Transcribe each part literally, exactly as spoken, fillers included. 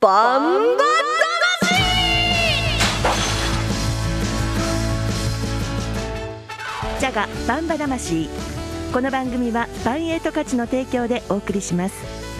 バンバ魂。 ジャガバンバ魂。この番組はバンエイト価値の提供でお送りします。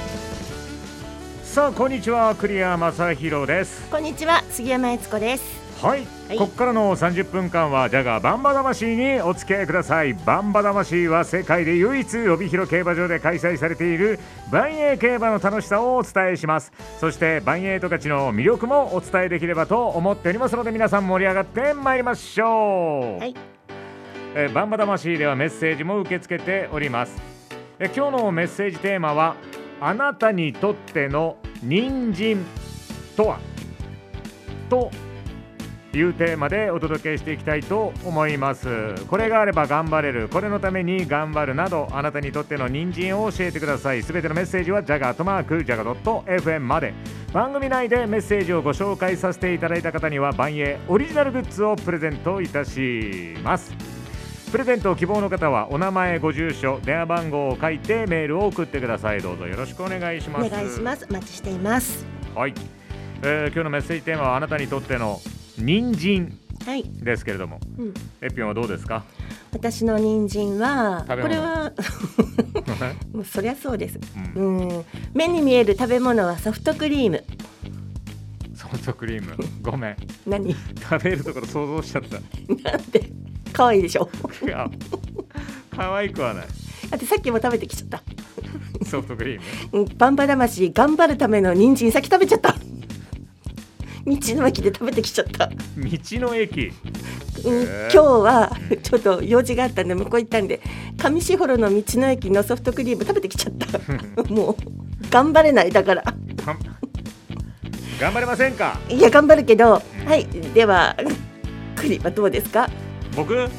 さあこんにちは、栗谷正宏です。 こんにちは、杉山悦子です。 はい、はい、ここからのさんじゅっぷんかんはジャガバンバ魂にお付き合いください。バンバ魂は世界で唯一帯広競馬場で開催されている万栄競馬の楽しさをお伝えします。そして万栄十勝の魅力もお伝えできればと思っておりますので、皆さん盛り上がってまいりましょう。はい、えバンバ魂ではメッセージも受け付けております。え今日のメッセージテーマは、あなたにとっての人参とはというテーマでお届けしていきたいと思います。これがあれば頑張れる、これのために頑張るなど、あなたにとっての人参を教えてください。すべてのメッセージはジャガアットマークジャガドットエフエム まで。番組内でメッセージをご紹介させていただいた方には万栄オリジナルグッズをプレゼントいたします。プレゼントを希望の方はお名前、ご住所、電話番号を書いてメールを送ってください。どうぞよろしくお願いします。 お願いします。お待ちしています。 はい、えー、今日のメッセージテーマはあなたにとっての人参ですけれども、はい、うん、エピョンはどうですか？ 私の人参はこれはもうそりゃそうです、うん、うん、目に見える食べ物はソフトクリーム。 ソフトクリームごめん何食べるところ想像しちゃった。 なんで可愛いでしょ。 いや可愛くはない。 だってさっきも食べてきちゃったソフトクリーム、 うん、バンバ魂頑張るための人参先食べちゃった。道の駅で食べてきちゃった。道の駅、 うん、今日はちょっと用事があったんで向こう行ったんで、上士幌の道の駅のソフトクリーム食べてきちゃったもう頑張れない。だから頑張れませんか？ いや頑張るけど、うん、はい、ではクリはどうですか？ 僕、 うん、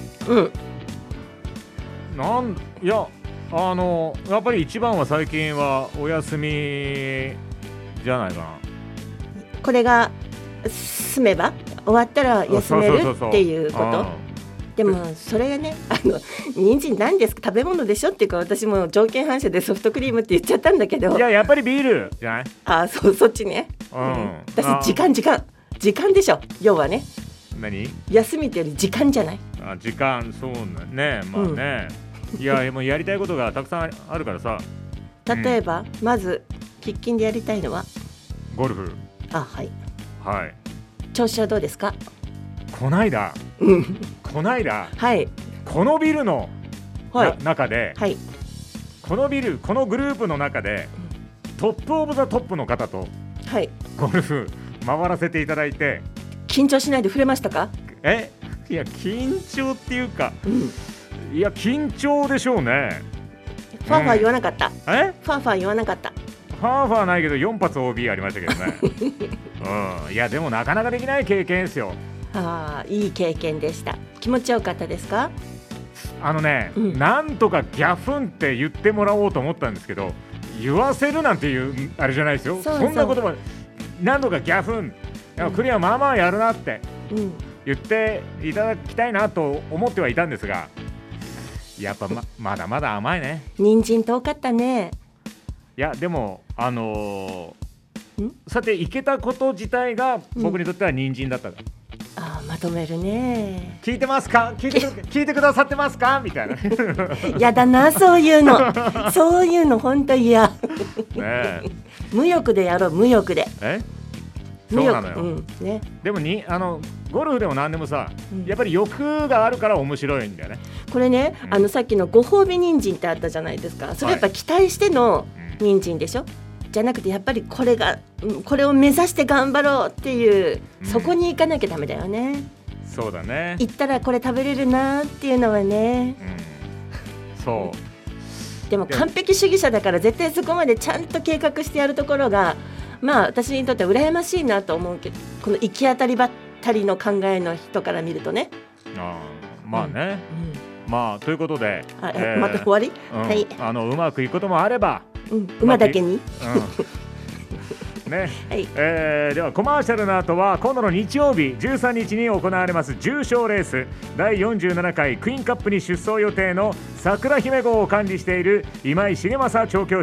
なんいやあのやっぱり一番は最近はお休みじゃないかな。 これが済めば終わったら休めるっていうこと。でもそれがね、あの人参何ですか、食べ物でしょっていうか、私も条件反射でソフトクリームって言っちゃったんだけど、 いややっぱりビールじゃない？ あ、そうそっちね、うん、私時間時間時間でしょ。要はね、 何休みってより時間じゃない？ あ、時間、そうね、まあね、うん、いやもうやりたいことがたくさんあるからさ。 例えば、うん、まず喫緊でやりたいのはゴルフ。 あ、はいはい。 調子はどうですか？ こないだこないだ、 はい、 このビルの、はい、中で、 はい、 このビルこのグループの中でトップオブザトップの方とゴルフ回らせていただいて、 緊張しないで触れましたか？ えいや緊張っていうか、 うん、いや緊張でしょうね。 ファーファー言わなかった、うん、 えファーファー言わなかった。 ファーファーないけどよん発 オービー ありましたけどね、うん、いやでもなかなかできない経験ですよ。 あ、いい経験でした。気持ちよかったですか？ あのね、うん、なんとかギャフンって言ってもらおうと思ったんですけど、言わせるなんていうあれじゃないですよ。 そ, そんな言葉、なんとかギャフン、いやクリアまあまあやるなって言っていただきたいなと思ってはいたんですが、やっぱ ま, まだまだ甘いね。 人参遠かったね。 いやでもあのー、さていけたこと自体が僕にとっては人参だったから、 うん、あ、まとめるね。 聞いてますか？聞いて聞いてくださってますか？みたいなやだな、そういうのそういうの本当嫌ねえ無欲でやろう、無欲で。 えそうなのよ、 うんね、 でもにあのゴルフでも何でもさ、うん、やっぱり欲があるから面白いんだよね。 これね、うん、あのさっきのご褒美人参ってあったじゃないですか。それやっぱ期待しての人参でしょ、うん、じゃなくてやっぱりこれがこれを目指して頑張ろうっていう、うん、そこに行かなきゃダメだよね。 そうだね。 行ったらこれ食べれるなっていうのはね、 うん、そう、 うん、でも完璧主義者だから絶対そこまでちゃんと計画してやるところが、まあ私にとっては羨ましいなと思うけど、この行き当たりばったりの考えの人から見るとね。 あ、まあね、うんうん、まあということで、 あ、えー、また終わり、 うん、 はい、 あのうまくいくこともあれば、 うん、馬だけに、 うんね、 はい、 えー、ではコマーシャルの後は今度の日曜日じゅうさんにちに行われます重賞レースだいよんじゅうななかいクイーンカップに出走予定の桜姫号を管理している今井重政調教師、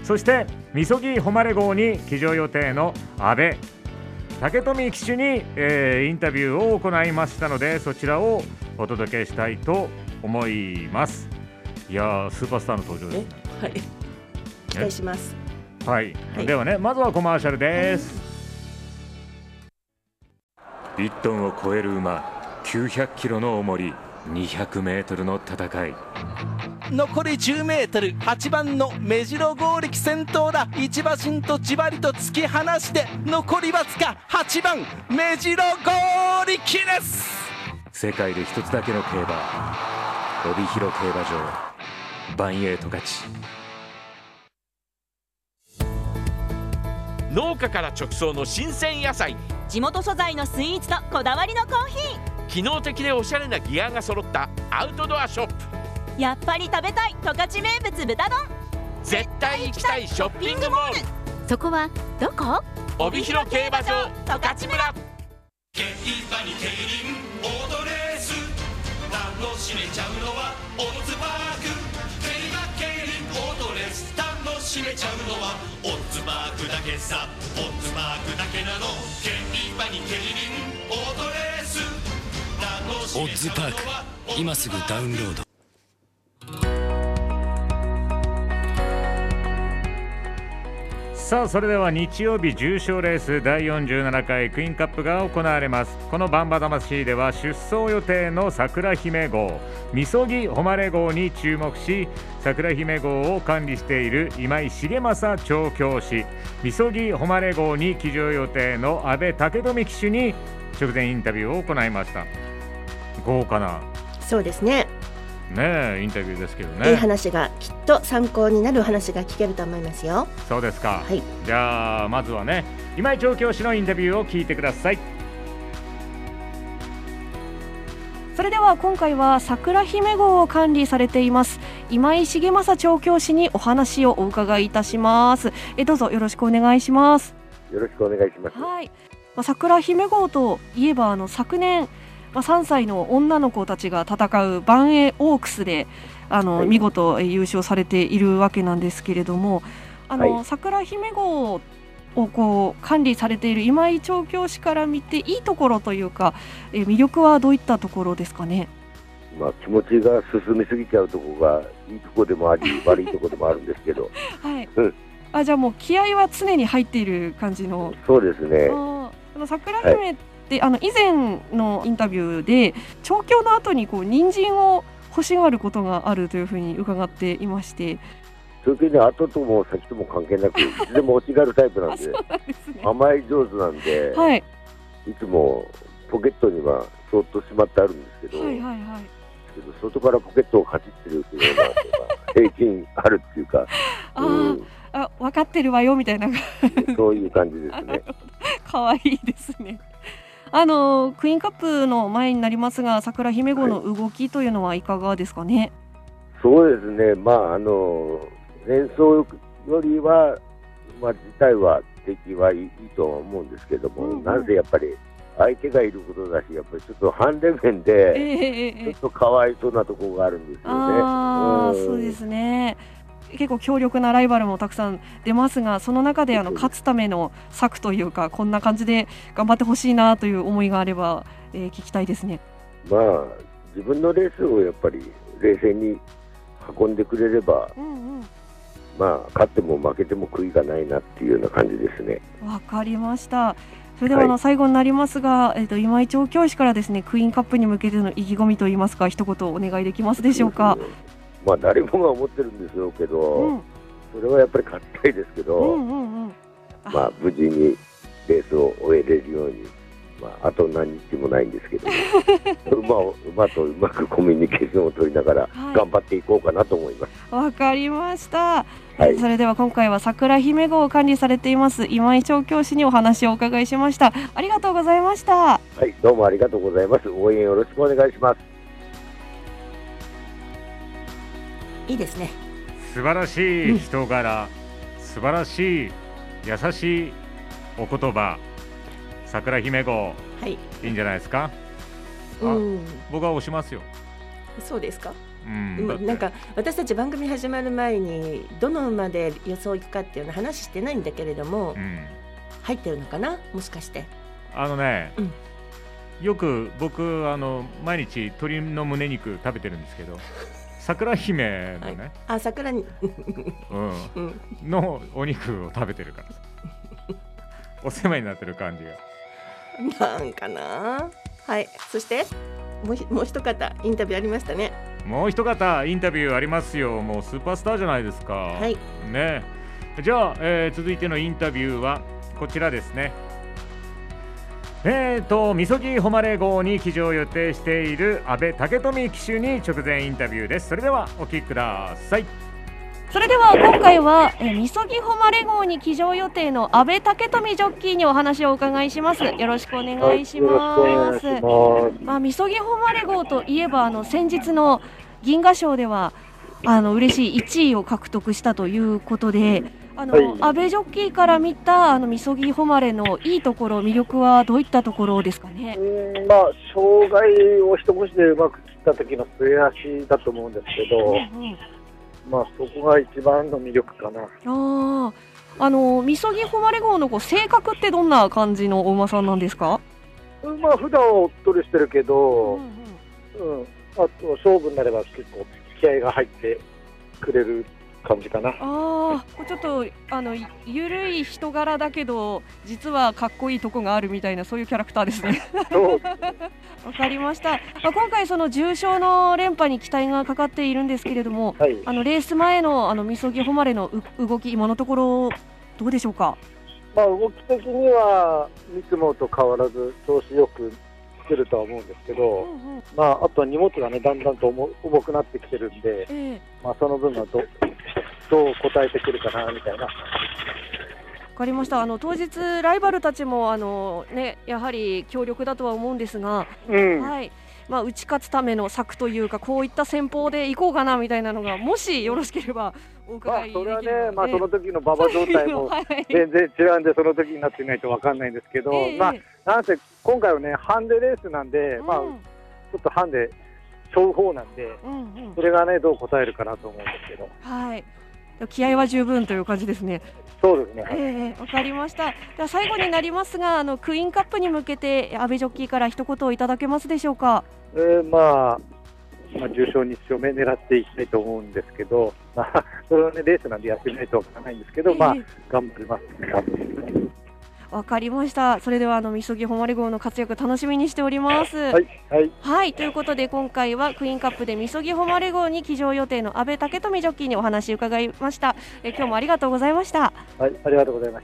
そしてみそぎ誉れ号に騎乗予定の阿部武富騎手に、えー、インタビューを行いましたので、そちらをお届けしたいと思います。いやー、スーパースターの登場ですね。 はい、期待します。 はい、はい、ではね、まずはコマーシャルです。いちトンを超える馬、きゅうひゃくキロの重り、にひゃくメートルの戦い。 残りじゅうメートル、はちばんの目白剛力先頭だ。いち馬身とじわりと突き放して残りわずか。はちばん目白剛力です。 世界で一つだけの競馬、帯広競馬場、バンエイト勝ち。 農家から直送の新鮮野菜、 地元素材のスイーツとこだわりのコーヒー、 機能的でおしゃれなギアが揃ったアウトドアショップ。 やっぱり食べたい十勝名物豚丼。 絶対行きたいショッピングモール。 そこはどこ？ 帯広競馬場十勝村。 競馬に競輪オートレース、楽しめちゃうのはオッズパーク。競馬競輪オートレース、楽しめちゃうのはオッズパークだけさ。オッズパークだけなの。競馬に競輪オートレース、 オッズパーク、今すぐダウンロード。 さあ、それでは日曜日重賞レースだいよんじゅうななかいクイーンカップが行われます。このバンバ魂では出走予定の桜姫号、みそぎ誉れ号に注目し、桜姫号を管理している今井重政調教師、みそぎ誉れ号に騎乗予定の阿部武富騎手に直前インタビューを行いました。豪華な、 そうですね、 ねえインタビューですけどね、 いい話がきっと参考になる話が聞けると思いますよ。 そうですか、 はい、 じゃあまずはね、今井調教師のインタビューを聞いてください。 それでは今回は桜姫号を管理されています今井重政調教師にお話をお伺いいたします。えどうぞよろしくお願いします。 よろしくお願いします。 はい、まあ、桜姫号といえばあの昨年まあ、さんさいの女の子たちが戦うバンエオークスであの、はい、見事優勝されているわけなんですけれども、あの、はい、桜姫号をこう管理されている今井調教師から見ていいところというか、え魅力はどういったところですかね。 まあ、気持ちが進みすぎちゃうところがいいところでもあり悪いところでもあるんですけど、 はい、うん、あじゃあもう気合は常に入っている感じの。 そうですね。 ああの桜姫、はい、であの以前のインタビューで調教の後にこう人参を欲しがることがあるというふうに伺っていまして、 調教に後とも先とも関係なくいつでも欲しがるタイプなん で, そうなんですね、 甘い上手なんで、 はい、 いつもポケットにはそっとしまってあるんですけど、 はいはいはい、 けど外からポケットをかじってるっていうような平均あるっていうかあ、うん、あ分かってるわよみたいなそういう感じですね。 かわいいですね。あのクイーンカップの前になりますが、桜姫号の動きというのはいかがですかね。 はい、そうですね、まああの前走よりは、まあ、自体は出来はいいとは思うんですけども、うんうん、なぜやっぱり相手がいることだし、やっぱりちょっとハンデ面で、えー、ちょっとかわいそうなところがあるんですよね。 あ、うん、そうですね。結構強力なライバルもたくさん出ますが、その中であの勝つための策というか、こんな感じで頑張ってほしいなという思いがあれば、えー、聞きたいですね。 まあ自分のレースをやっぱり冷静に運んでくれれば、うんうん、まあ勝っても負けても悔いがないなっていうような感じですね。 わかりました。それではあの最後になりますが、はい、えー、と今井調教師からですね、クイーンカップに向けての意気込みといいますか、一言お願いできますでしょうか。 まあ、誰もが思ってるんでしょうけど、うん、それはやっぱり勝ちたいですけど、うんうんうん、あまあ、無事にレースを終えれるように、まあ、あと何日もないんですけど、馬を馬とうまくコミュニケーションを取りながら頑張っていこうかなと思います。 わ、はい、かりました、はい、それでは今回は桜姫号を管理されています今井調教師にお話をお伺いしました。ありがとうございました。 はい、どうもありがとうございます。応援よろしくお願いします。 いいですね。 素晴らしい人柄、うん、素晴らしい優しいお言葉、桜姫号、はい、いいんじゃないですか。あ、うん、僕は押しますよ。 そうですか。 うん、 なんか私たち番組始まる前にどの馬で予想行くかっていうの話してないんだけれども、うん、入ってるのかな、もしかして。 あのね、うん、よく僕あの毎日鶏の胸肉食べてるんですけど桜姫のね、はい、 あ桜に、 うん、のお肉を食べてるからお世話になってる感じがなんかな。はい、そしてもう、もう一方インタビューありましたね。 もう一方インタビューありますよ。もうスーパースターじゃないですか。 はいね。じゃあ、えー、続いてのインタビューはこちらですね。えーとみそぎ誉れ号に騎乗予定している阿部武富騎手に直前インタビューです。それではお聞きください。 それでは今回はえみそぎ誉れ号に騎乗予定の阿部武富ジョッキーにお話をお伺いします。よろしくお願いします。まあみそぎ誉れ号といえばあの先日の銀河賞ではあの嬉しいいちいを獲得したということで、あの、はい、阿部ジョッキーから見たあのみそぎ誉れのいいところ、魅力はどういったところですかね。 うん、まあ障害を一腰でうまく切った時の末足だと思うんですけど、うんうん、まあそこが一番の魅力かな。 ああのみそぎ誉れ号のこう性格ってどんな感じのお馬さんなんですか。 うん、まあ普段はおっとりしてるけど、うんうんうん、あと勝負になれば結構気合が入ってくれる感じかな。 ああ、ちょっとあのゆるい人柄だけど実はかっこいいとこがあるみたいな、そういうキャラクターですね。わかりました。まあ、今回その重賞の連覇に期待がかかっているんですけれども、はい、あのレース前のあのみそぎ誉れの動き、今のところどうでしょうか。 まあ動き的にはいつもと変わらず調子よく来るとは思うんですけど、うんうん、まああとは荷物がねだんだんと 重, 重くなってきてるんで、えー、まあその分はどどう応えてくるかなみたいな。 わかりました。あの当日ライバルたちもあの、ね、やはり強力だとは思うんですが、うんはいまあ、打ち勝つための策というかこういった戦法でいこうかなみたいなのがもしよろしければお伺いできるので、まあ、それはね、 まあ、その時の馬場状態も全然違うんでその時になってみないと分かんないんですけど、えーまあ、なんせ今回はねハンデレースなんで、うんまあ、ちょっとハンデ勝う方なんで、うんうん、それがねどう応えるかなと思うんですけど、 はい気合は十分という感じですね。 そうですね。 えー、わかりました。では最後になりますが、あのクイーンカップに向けて阿部ジョッキーから一言いただけますでしょうか。 えー、まあ、まあ重賞に勝目狙っていきたいと思うんですけど、まあそれはねレースなんでやってみないとわからないんですけど、えー、まあ頑張ります。 わかりました。それではあのみそぎ誉れ号の活躍楽しみにしております。 はい、はい、 はい、ということで今回はクイーンカップでみそぎ誉れ号に騎乗予定の阿部武富ジョッキーにお話伺いました。え今日もありがとうございました。 はい、ありがとうございました。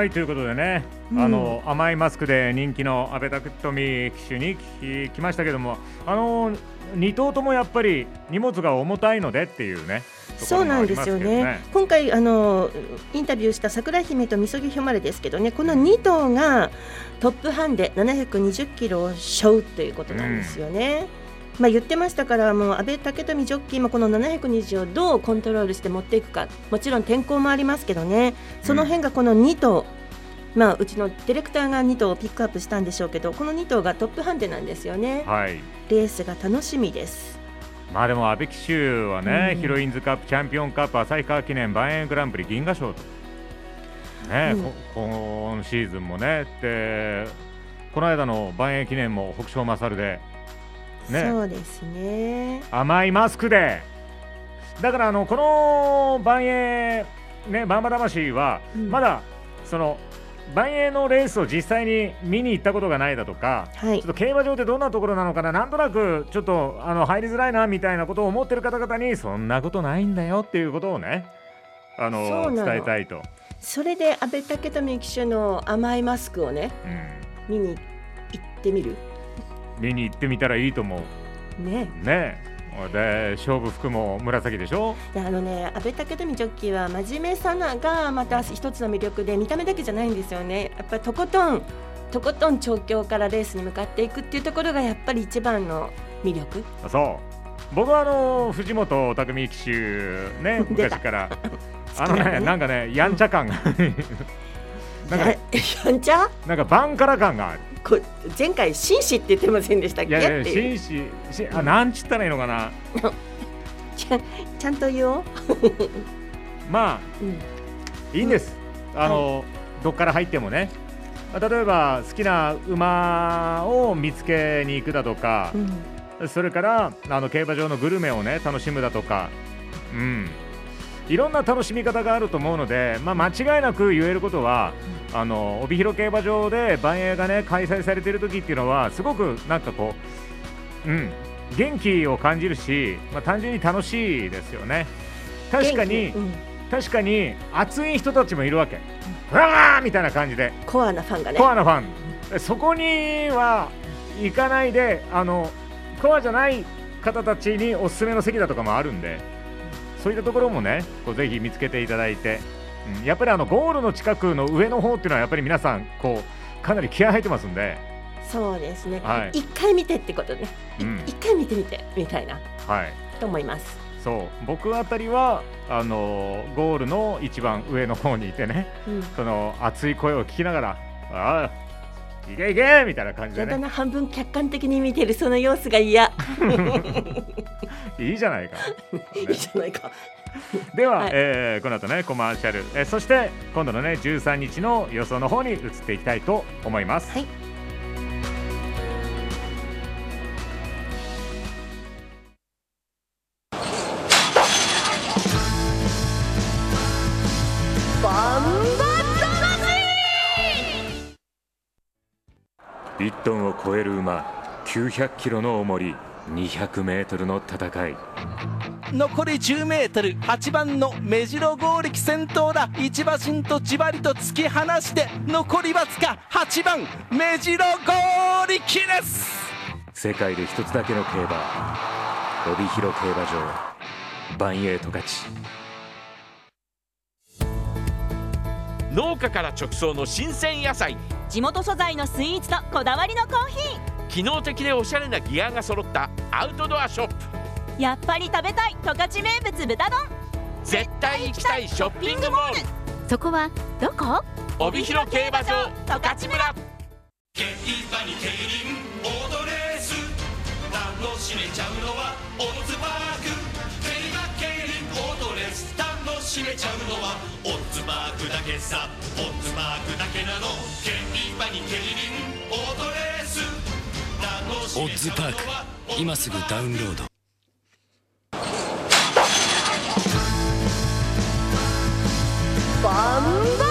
はい、ということでね、うん、あの甘いマスクで人気の阿部武富騎手に聞きましたけども、あのに頭ともやっぱり荷物が重たいのでっていうね。 そうなんですよね。今回あのインタビューした桜姫とみそぎ誉れですけどね、このに頭がトップハンデななひゃくにじゅっキロを背負うということなんですよね。うん、まあ言ってましたから、もう阿部武富ジョッキーもこのななひゃくにじゅうをどうコントロールして持っていくか、もちろん天候もありますけどね、その辺がこのに頭、うんまあ、うちのディレクターがに頭をピックアップしたんでしょうけど、このに頭がトップハンデなんですよね。 はい、 レースが楽しみです。 まあでも阿部騎手はね、うん、ヒロインズカップ、チャンピオンカップ、旭川記念、万円グランプリ、銀河賞と、ねうん、今シーズンもねで、この間の万円記念も北勝勝で、 ね、そうですね、 甘いマスクで、だからあのこの万円、ね、バンバ魂はまだ、うん、その万栄のレースを実際に見に行ったことがないだとか、はい、ちょっと競馬場ってどんなところなのかな、なんとなくちょっとあの入りづらいなみたいなことを思ってる方々に、そんなことないんだよっていうことをね、あの伝えたいと。 それで阿部武富騎手の甘いマスクをね、うん、見に行ってみる見に行ってみたらいいと思うね。 ねで勝負服も紫でしょ。 いやあのね、阿部武富ジョッキーは真面目さがまた一つの魅力で、見た目だけじゃないんですよね。やっぱりとことんとことん調教からレースに向かっていくっていうところがやっぱり一番の魅力。 そう僕はあの藤本匠騎手ね、昔からあのね、なんかねやんちゃ感がなんかやんちゃなんかバンカラ感があるこ前回紳士って言ってませんでしたっけ？ いやいや紳士しあなんちったらいいのかなちゃ, ちゃんと言おうまあ、うん、いいんです、あの、はい、どっから入ってもね。例えば好きな馬を見つけに行くだとか、うん、それからあの競馬場のグルメをね楽しむだとか、うん、いろんな楽しみ方があると思うので、まあ、間違いなく言えることは、うん、あの帯広競馬場で番映がね開催されている時っていうのはすごくなんかこう、うん、元気を感じるし、まあ、単純に楽しいですよね。確かに、うん、確かに熱い人たちもいるわけ。うわーみたいな感じでコアなファンがね、 コアなファン、そこには行かないで、あのコアじゃない方たちにおすすめの席だとかもあるんで、そういったところもねこうぜひ見つけていただいて、うん、やっぱりあのゴールの近くの上の方っていうのはやっぱり皆さんこうかなり気合入ってますんで。 そうですね、はい、一回見てってことね、うん、一回見てみてみたいな、 はい、 と思います。 そう僕あたりはあのゴールの一番上の方にいてね、うん、その熱い声を聞きながら、ああいけいけみたいな感じでね。 やだな、半分客観的に見てるその様子が嫌いいじゃないか、 ね、いいじゃないかでは、はい、えー、この後ねコマーシャル、えー、そして今度のねじゅうさんにちの予想の方に移っていきたいと思います。 はい、 いちトンを超える馬、きゅうひゃくキロの重り、にひゃくメートルの戦い。 残りじゅうメートル、はちばんの目白剛力先頭だ。いち馬身とじわりと突き放して残りわずか。はちばん目白剛力です。 世界で一つだけの競馬、帯広競馬場、バンエイト勝ち。 農家から直送の新鮮野菜、 地元素材のスイーツとこだわりのコーヒー、 機能的でおしゃれなギアが揃ったアウトドアショップ。 やっぱり食べたい十勝名物豚丼。 絶対行きたいショッピングモール。 そこはどこ？ 帯広競馬場十勝村。 競馬に競輪オートレース、楽しめちゃうのはオッズパーク。競馬競輪オートレース楽しめちゃうのはオッズパークだけさ。オッズパークだけなの。競馬に競輪オートレース、 オッズパーク今すぐダウンロード。 バンバ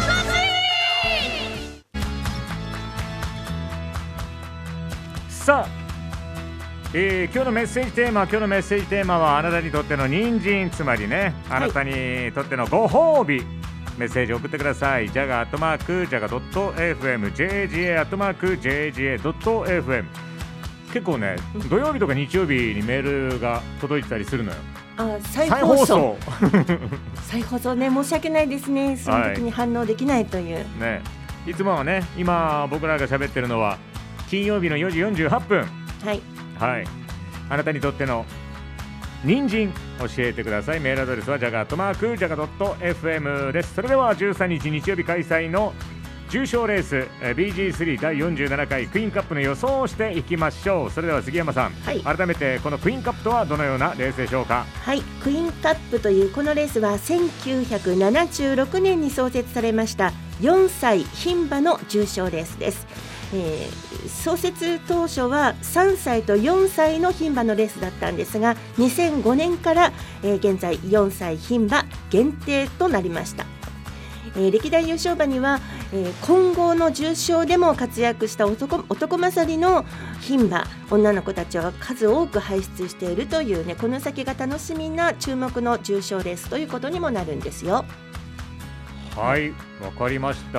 さあ、えー、今日のメッセージテーマ今日のメッセージテーマはあなたにとっての人参、つまりねあなたにとってのご褒美、はい、メッセージを送ってください。ジャガアットマークジャガドット エフエム ジェージェー アットマーク ジェージェー ドット エフエム。 結構ね土曜日とか日曜日にメールが届いてたりするのよ。 あ、再放送再放送ね、申し訳ないですね。その時に反応できないという、はい、 ね、いつもはね今僕らが喋ってるのは金曜日のよじよんじゅうはっぷん。 はい、 はい、あなたにとっての人参教えてください。メールアドレスはジャガアットマークジャガドット エフエム です。それではじゅうさんにち日曜日開催の重賞レース ビージースリー だいよんじゅうななかいクイーンカップの予想をしていきましょう。それでは杉山さん、はい、改めてこのクイーンカップとはどのようなレースでしょうか。 はい、クイーンカップというこのレースはせんきゅうひゃくななじゅうろくねんに創設されましたよんさい牝馬の重賞レースです。えー、創設当初はさんさいとよんさいの牝馬のレースだったんですが、にせんごねんから、えー、現在よんさい牝馬限定となりました。えー、歴代優勝馬には、えー、混合の重賞でも活躍した 男, 男勝りの牝馬、女の子たちは数多く輩出しているという、ね、この先が楽しみな注目の重賞レースということにもなるんですよ。 はい、わかりました。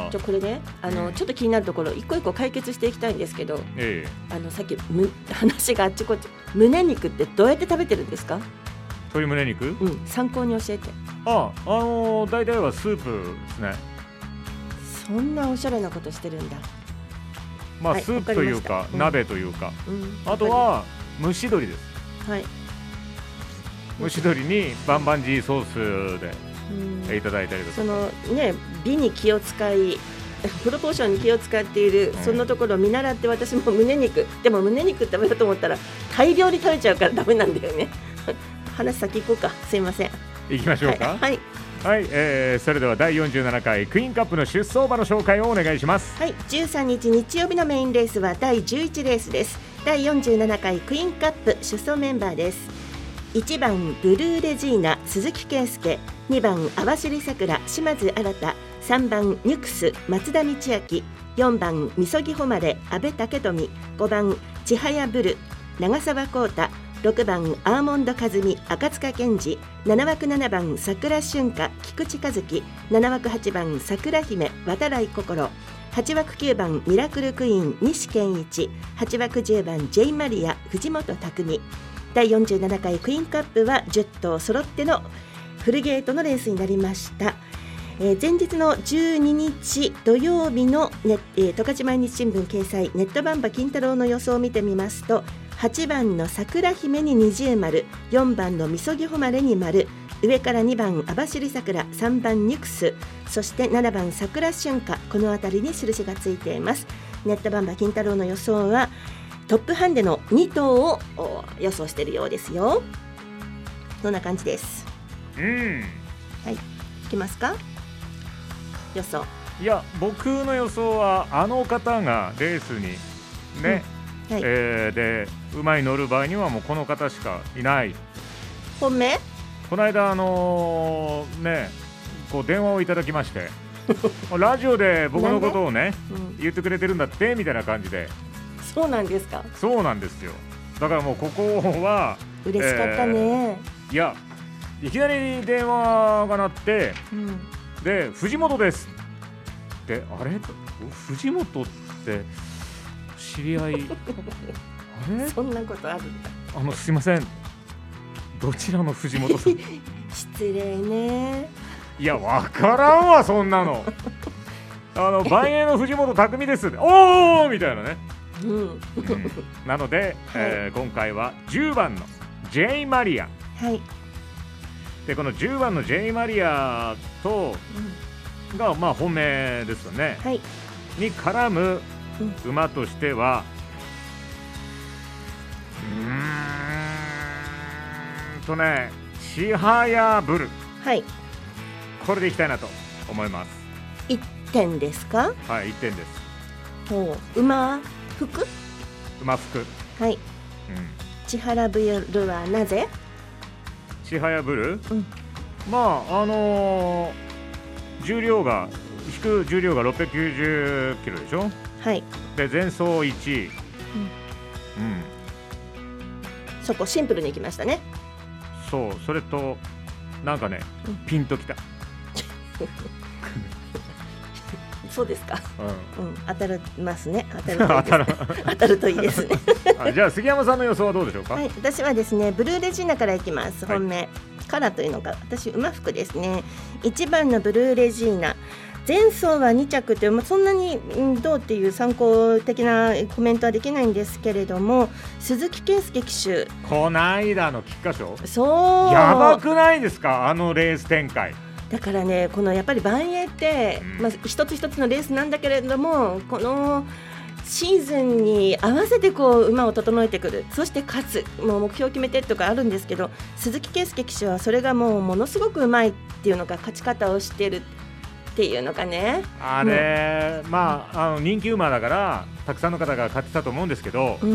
じゃこれね、あの、うん、ちょっと気になるところ一個一個解決していきたいんですけど、ええ、あのさっきむ話があっちこっち、胸肉ってどうやって食べてるんですか？ 鶏胸肉、 うん、参考に教えて。 ああ、あのー、大体はスープですね。 そんなおしゃれなことしてるんだ。 まあ、はい、スープというか、うん、鍋というか、うん、あとは蒸し鶏です。 はい、 蒸し鶏にバンバンジーソースでいただいたりとか、 そのね、美に気を使いプロポーションに気を使っている、うん、そのところを見習って私も胸肉でも胸肉食べようと思ったら大量に食べちゃうからダメなんだよね話先行こうか、すいません。 行きましょうか。 はい、はいはい、えー、それではだいよんじゅうななかいクイーンカップの出走馬の紹介をお願いします。 はい、じゅうさんにち日曜日のメインレースはだいじゅういちレースです。だいよんじゅうななかいクイーンカップ出走メンバーです。いちばんブルーレジーナ鈴木圭介、にばん網走さくら島津新、さんばんニュクス松田道明、よんばんみそぎ誉れ阿部武富、ごばんちはやブル長澤浩太、ろくばんアーモンド和美赤塚健二、ななわくななばん桜春夏菊池和樹、ななわくはちばん桜姫渡来心、はちわくきゅうばんミラクルクイーン西健一、はちわくじゅうばんジェイマリア藤本匠。だいよんじゅうななかいクイーンカップはじゅっとう揃ってのフルゲートのレースになりました。えー、前日のじゅうににち土曜日の、ねえー、十勝毎日新聞掲載ネットバンバ金太郎の予想を見てみますと、はちばんの桜姫に二重丸、よんばんのみそぎ誉れに丸、上からにばん網走さくら、さんばんニュクス、そしてななばん桜春夏、このあたりに印がついています。ネットバンバ金太郎の予想はトップハンデのにとうを予想しているようですよ。どんな感じです。 うん、 はい、いきますか。予想。 いや、僕の予想はあの方がレースにね、うん、はい、えー、で馬に乗る場合にはもうこの方しかいない。 本命？ この間あのー、ねこう電話をいただきましてラジオで僕のことをね、うん、言ってくれてるんだってみたいな感じで。 そうなんですか。 そうなんですよ。だからもうここは嬉しかったね、えー、いやいきなり電話が鳴って、うん、で藤本ですってあれ藤本って知り合いあれそんなことあるんだ。 あのすいません、どちらの藤本さん失礼ね。 いやわからんわそんなのあの万栄の藤本匠ですおーみたいなね、うんうん、なので、はい、えー、今回はじゅうばんのジェイマリア、 はい、 でこのじゅうばんのジェイマリアと、うん、がまあ本命ですよね、 はい、 に絡む馬としては、うん、うーんとねちはやブル、 はい、 これでいきたいなと思います。 いってんですか。 はい、いってんです。 ほう、馬服馬服、 はい、うん、千原ブルはなぜ千早ブル、 うん、 まああのー、重量が引く重量がろっぴゃくきゅうじゅっキロでしょ。 はい。 で前走いちい、うん、うん、 そこシンプルにいきましたね。 そう、それとなんかね、うん、ピンときたそうですか、うんうん、当たりますね。当たるといいですね当たるといいですねあ、じゃあ杉山さんの予想はどうでしょうか。 はい、私はですねブルーレジーナからいきます。本命、はい、からというのが私馬服ですね。いちばんのブルーレジーナ、前走はにちゃくという、まあ、そんなにどうっていう参考的なコメントはできないんですけれども、鈴木圭介騎手こないだの菊花賞、 そうやばくないですかあのレース展開。 だからね、このやっぱり万栄って、うん、まあ、一つ一つのレースなんだけれども、このシーズンに合わせてこう馬を整えてくる、そして勝つ、もう目標を決めてとかあるんですけど、鈴木圭介騎手はそれがもうものすごくうまいっていうのが、勝ち方をしているっていうのかね。 あれ、うん、まあ、あの人気馬だからたくさんの方が勝ってたと思うんですけど、うん、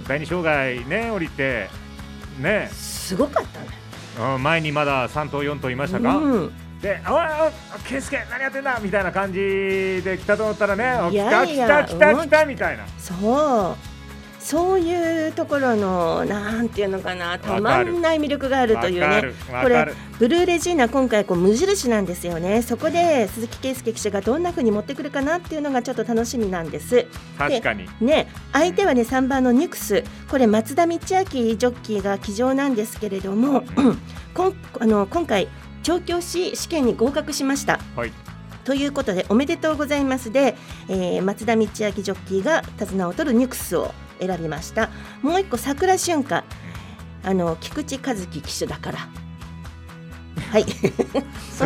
だいに障害ね降りてね、 すごかったね、 うん、前にまださんとうよんとういましたか、うん、で、おいおい圭介何やってんだみたいな感じで来たと思ったらね、来た来た来た来たみたいな、 そうそういうところのなんていうのかな、たまんない魅力があるというね。これブルーレジーナ今回こう無印なんですよね。そこで鈴木圭介騎手がどんな風に持ってくるかなっていうのがちょっと楽しみなんです。 確かにね、相手はねさんばんのニュクス、これ松田道明ジョッキーが騎乗なんですけれども、うん、こんあの今回調教師試験に合格しました、 はい、 ということでおめでとうございますで、えー、松田道明ジョッキーが手綱を取るニュクスを選びました。もう一個桜春夏、あの菊池和樹騎手だからはいそ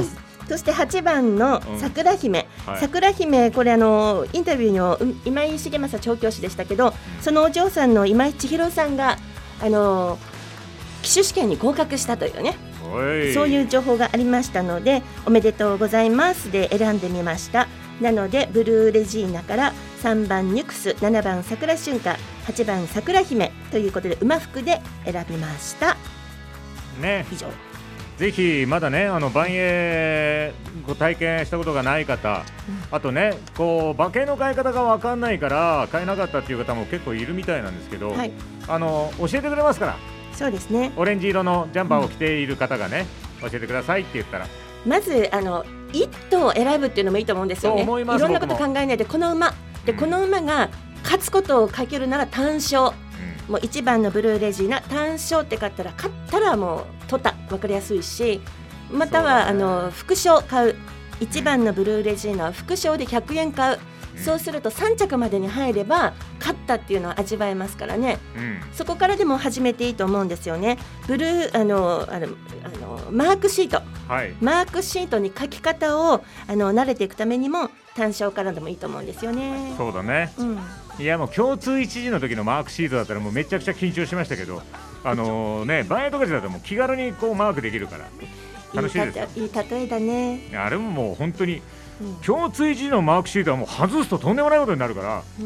そしてはちばんの桜姫、 うんはい、 桜姫これあのインタビューにも今井重政調教師でしたけど、そのお嬢さんの今井千尋さんがあの騎手試験に合格したというね、そういう情報がありましたので、おめでとうございますで選んでみました。なのでブルーレジーナからさんばんニュクス、ななばん桜春夏、はちばん桜姫ということで馬服で選びましたね。 以上。 ぜひまだねあの万栄ご体験したことがない方、うん、あとねこう馬券の買い方が分かんないから買えなかったっていう方も結構いるみたいなんですけど、はい、あの教えてくれますから。 そうですね。 オレンジ色のジャンパーを着ている方がね、うん、教えてくださいって言ったらまずあの一頭を選ぶっていうのもいいと思うんですよね。いろんなこと考えないでこの馬で、うん、この馬が勝つことをかけるなら単勝、うん、もういちばんのブルーレジーナ単勝って買ったら勝ったらもう取った分かりやすいし、または、ね、あの副賞買ういちばんのブルーレジーナは副賞でひゃくえん買う、うん、そうするとさん着までに入れば勝ったっていうのを味わえますからね、うん、そこからでも始めていいと思うんですよね。ブルーあのあのあのマークシート、はい、マークシートに書き方をあの慣れていくためにも単勝からでもいいと思うんですよね。 そうだね、うん、いやもう共通一時の時のマークシートだったらもうめちゃくちゃ緊張しましたけど、あのー、ねバンエイとかだともう気軽にこうマークできるから楽しいですよ。 いい例えだね。 あれももう本当に、うん、共通一時のマークシートはもう外すととんでもないことになるから、うん、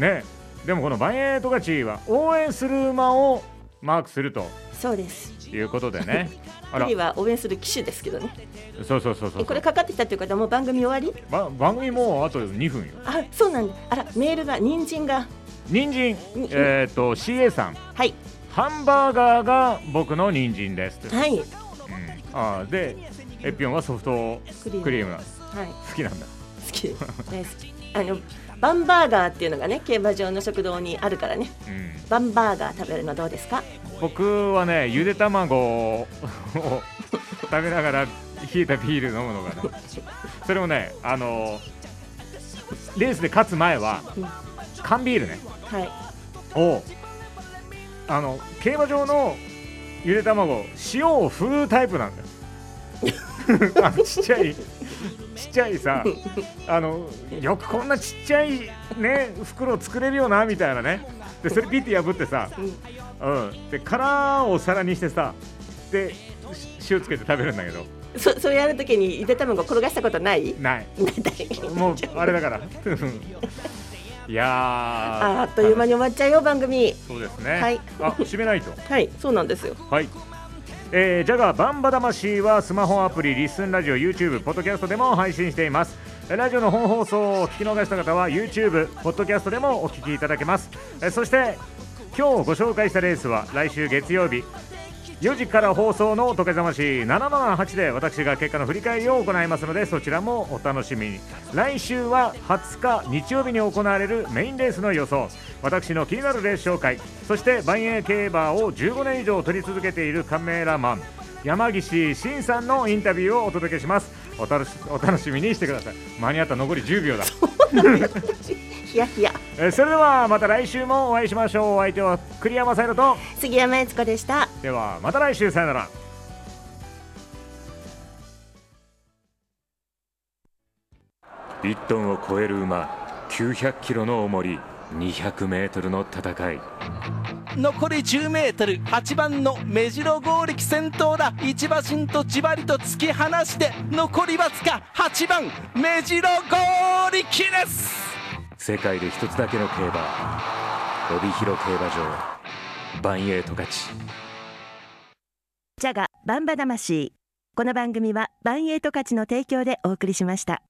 ね。でもこのバンエイト勝ちは応援する馬をマークするとそうですいうことでね。 次は応援する騎手ですけどね。 そうそうそうそう。 これかかってきたという方はもう番組終わり？ ば番組もうあとにふんよ。 あ、そうなんだ。あらメールが人参が人参えっ、ー、と シーエー さん。 はい。 ハンバーガーが僕の人参です。 はい。うん、 あでエピオンはソフトクリームなんです。はい。好きなんだ。 好き。大好き。あのバンバーガーっていうのがね競馬場の食堂にあるからね、うん、バンバーガー食べるのどうですか？ 僕はねゆで卵を食べながら冷えたビール飲むのがねそれもねあのレースで勝つ前は、うん、缶ビールね、はい、をあの競馬場のゆで卵塩を振るタイプなんだよあのちっちゃいちっちゃいさあのよくこんなちっちゃいね袋を作れるよなみたいなね。でそれピッて破ってさ、うん、で殻を皿にしてさで塩つけて食べるんだけど、 そそれやるときにゆで卵転がしたことない？ ないもうあれだからいやあ, あっという間に終わっちゃうよ番組。 そうですね、 はい、 あ締めないとはいそうなんですよ。 はい、えー、ジャガーバンバ魂はスマホアプリリッスンラジオ YouTube ポッドキャストでも配信しています。ラジオの本放送を聞き逃した方は YouTube ポッドキャストでもお聞きいただけます。えー、そして今日ご紹介したレースは来週月曜日よじから放送の時計ざましななななはちで私が結果の振り返りを行いますのでそちらもお楽しみに。来週ははつか日曜日に行われるメインレースの予想、私の気になるレース紹介、そして万栄競馬をじゅうごねん以上撮り続けているカメラマン山岸真さんのインタビューをお届けします。 お, たしお楽しみにしてください。間に合った、残りじゅうびょうだヒヤヒヤ。 えそれではまた来週もお会いしましょう。お相手は栗山沙羅と杉山悦子でした。 ではまた来週、さよなら。いちトンを超える馬、きゅうひゃくキロの重り、にひゃくメートルの戦い。 残りじゅうメートル、はちばんの目白剛力先頭だ。一馬身とじわりと突き放して残りわずか。はちばん目白剛力です。 世界で一つだけの競馬、帯広競馬場、バンエイト勝ち。 ジャガバンバ魂。この番組はバンエイト勝ちの提供でお送りしました。